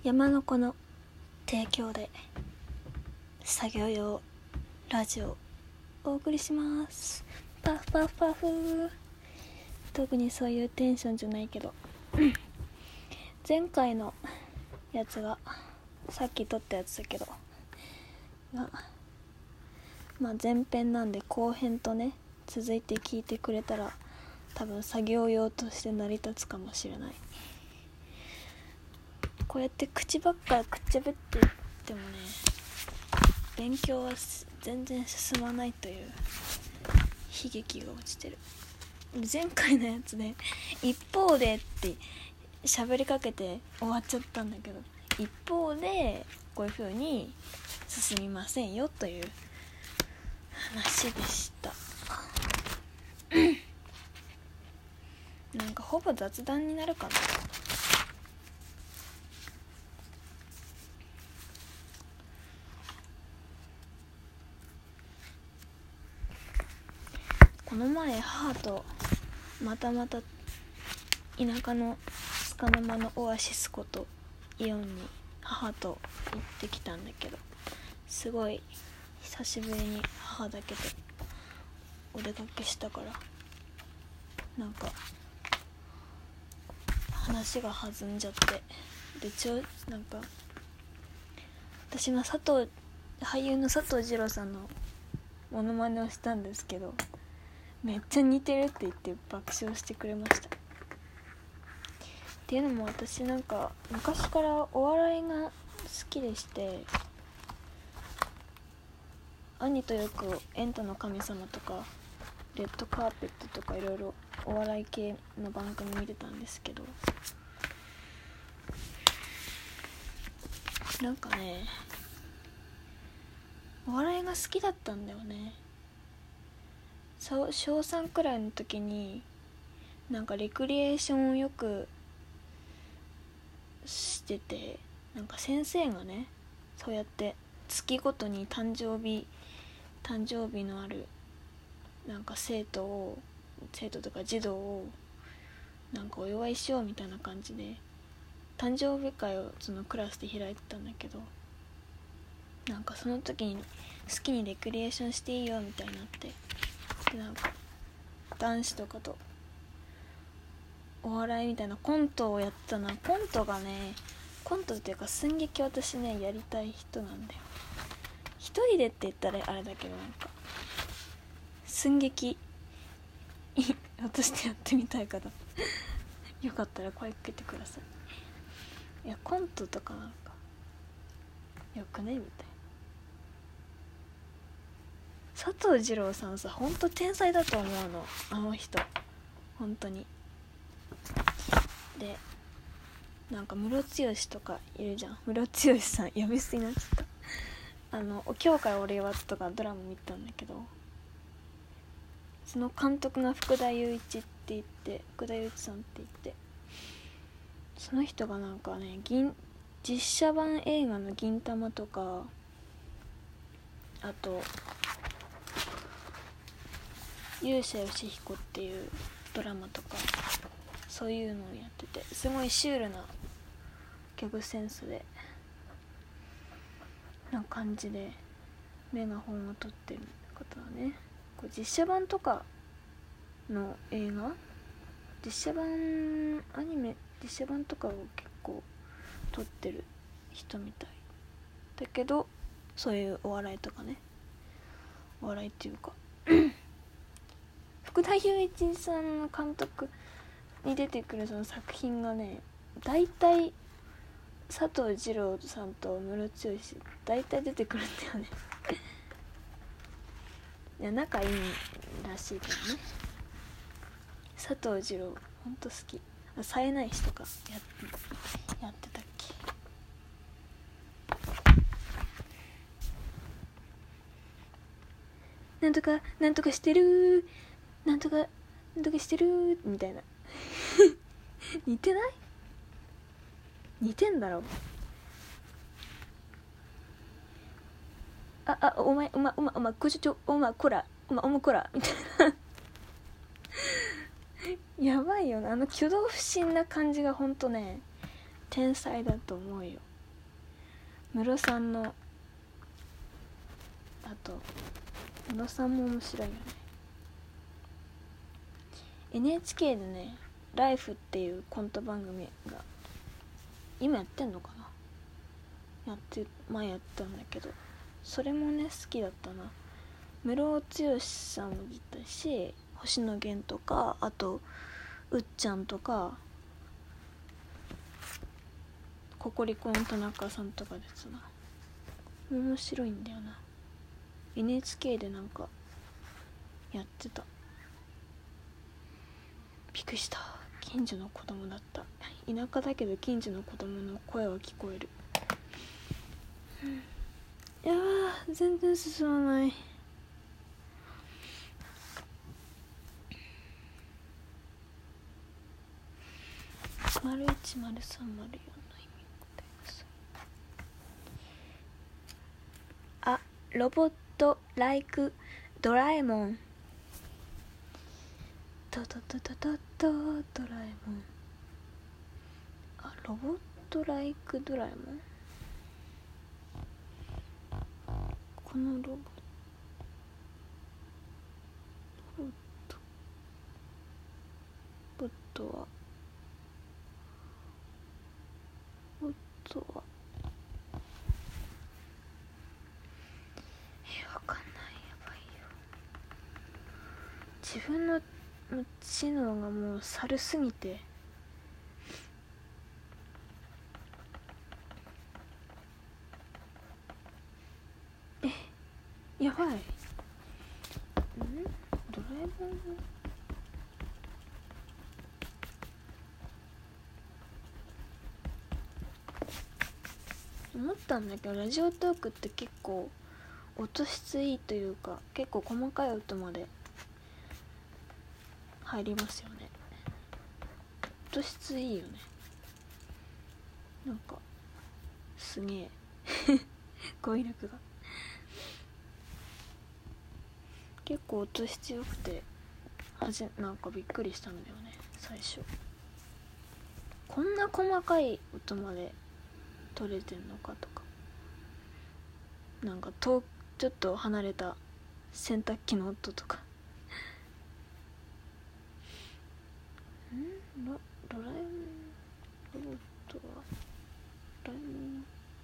山の子の提供で作業用ラジオをお送りします。パフパフパフ。特にそういうテンションじゃないけど前回のやつがさっき撮ったやつだけどまあ前編なんで後編とね続いて聞いてくれたら多分作業用として成り立つかもしれない。こうやって口ばっかくっちゃべって言ってもね勉強は全然進まないという悲劇が落ちてる。前回のやつで一方でって喋りかけて終わっちゃったんだけど、一方でこういう風に進みませんよという話でしたなんかほぼ雑談になるかな。この前母とまた田舎の束の間のオアシスことイオンに母と行ってきたんだけど、すごい久しぶりに母だけでお出かけしたからなんか話が弾んじゃって、でなんか私は俳優の佐藤二朗さんのモノマネをしたんですけど、めっちゃ似てるって言って爆笑してくれました。っていうのも私なんか昔からお笑いが好きでして、兄とよくエンタの神様とかレッドカーペットとかいろいろお笑い系の番組見てたんですけど、なんかねお笑いが好きだったんだよね。小3くらいの時になんかレクリエーションをよくしてて、なんか先生がねそうやって月ごとに誕生日のあるなんか生徒とか児童をなんかお祝いしようみたいな感じで誕生日会をそのクラスで開いてたんだけど、なんかその時に好きにレクリエーションしていいよみたいになって、でなんか男子とかとお笑いみたいなコントをやったな。コントっていうか寸劇私ねやりたい人なんだよ。一人でって言ったらあれだけど、なんか寸劇私とやってみたい方よかったら声かけてください。いやコントとかなんかよくねみたいな。佐藤二朗さんさほんと天才だと思うの、あの人本当に。でなんかムロツヨシとかいるじゃん。ムロツヨシさん呼び捨てになっちゃった。今日から俺はとかドラマ見たんだけど、その監督が福田雄一さんって言って、その人がなんかね実写版映画の銀魂とか、あと勇者ヨシヒコっていうドラマとかそういうのをやってて、すごいシュールなギャグセンスでな感じでメガホンを取ってる方はね、こう実写版とかの映画、アニメ実写版とかを結構撮ってる人みたいだけど、そういうお笑いとかね、お笑いっていうか福田雄一さんの監督に出てくるその作品がね、大体佐藤二朗さんとムロツヨシ大体出てくるんだよねいや仲いいらしいけどね。佐藤二朗ほんと好き。冴えないしとかやってたっけ。なんとかしてるなんとかしてるみたいな似てない？似てんだろ。お前こちょお前こらみたいなやばいよな。挙動不審な感じがほんとね天才だと思うよ。 ムロさんのあとムロさんも面白いよね。 NHK でねライフっていうコント番組が今やってんのかな、前やったんだけど、それもね好きだったな。ムロツヨシさんも出たし、星野源とか、あとうっちゃんとかココリコの田中さんとかですな。面白いんだよな。 NHK でなんかやってた。びっくりした。近所の子供だった。田舎だけど近所の子供の声は聞こえる。いやー全然進まない。010304の意味を答えます。あ、ロボットライクドラえもん。ドドドドドドドラえもん。あ、ロボットライクドラえもん。このロボットはわかんない。やばいよ。自分の知能がもう猿すぎて。やばい。ドラえもん思ったんだけど、ラジオトークって結構音質いいというか、結構細かい音まで入りますよね。音質いいよね。なんかすげえ語彙力が結構音質良くて、なんかびっくりしたんだよね最初。こんな細かい音まで取れてんのかとか、なんかちょっと離れた洗濯機の音とかドラえもんロボットはドラえもん、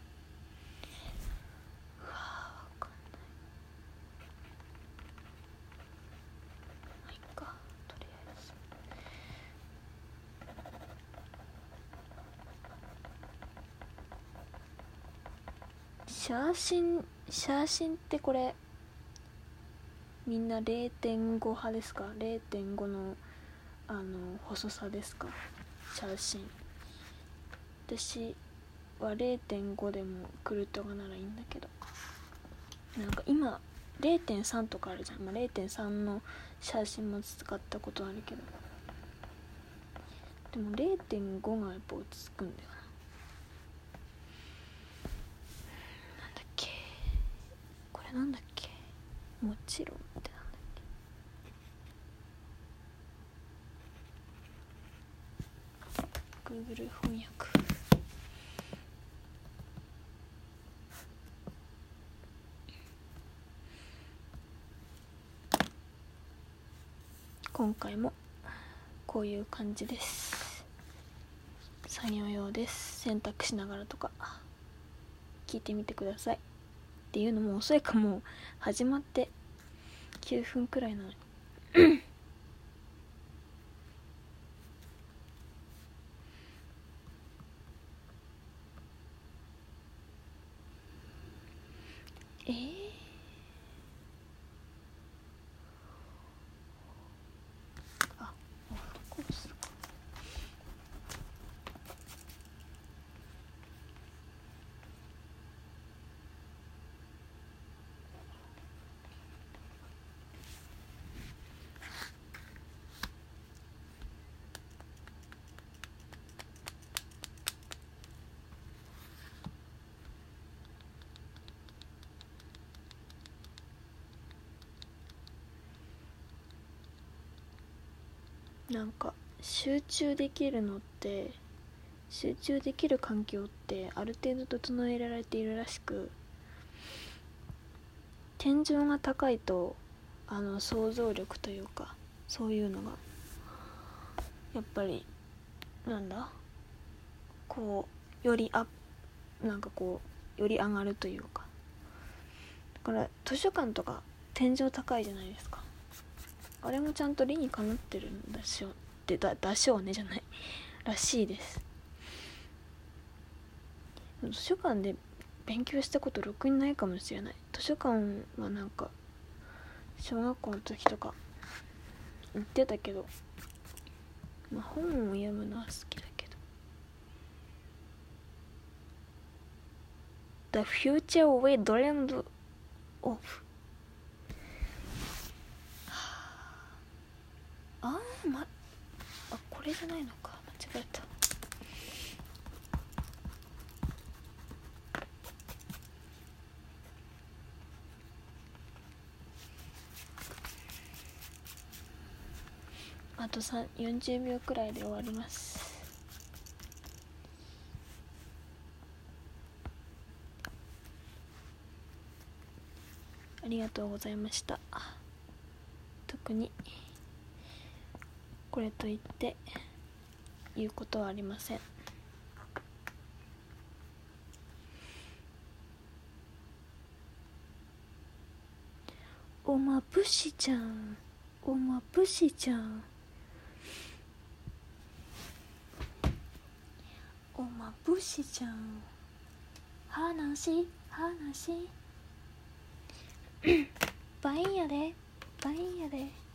わかんない。まあいっか、とりあえずシャーシンってこれみんな 0.5 派ですか？ 0.5 の細さですか？シャーシン。私は 0.5 でもクルトガならいいんだけど、なんか今 0.3 とかあるじゃん。まあ、0.3 のシャーシンも使ったことあるけど、でも 0.5 がやっぱ落ち着くんだよな。なんだっけこれ、なんだっけ、もちろんってなんだっけ、 Google 翻訳。今回もこういう感じです。作業用です。洗濯しながらとか聞いてみてください。っていうのも遅いか、もう始まって9分くらいなのにあ、オフコースか。なんか集中できるのって集中できる環境ってある程度整えられているらしく、天井が高いと想像力というかそういうのがやっぱりこうよりより上がるというか、だから図書館とか天井高いじゃないですか。あれもちゃんと理にかなってるんだしょってだしょうねじゃないらしいです。図書館で勉強したことろくにないかもしれない。図書館は小学校の時とか行ってたけど、本を読むのは好きだけど。The future we dreamed of。 これじゃないのか、間違えた。あと40秒くらいで終わります。ありがとうございました。特にこれといって言うことはありません。おまぶしちゃん、おまぶしちゃん、おまぶしちゃん、話バインやでバインやで。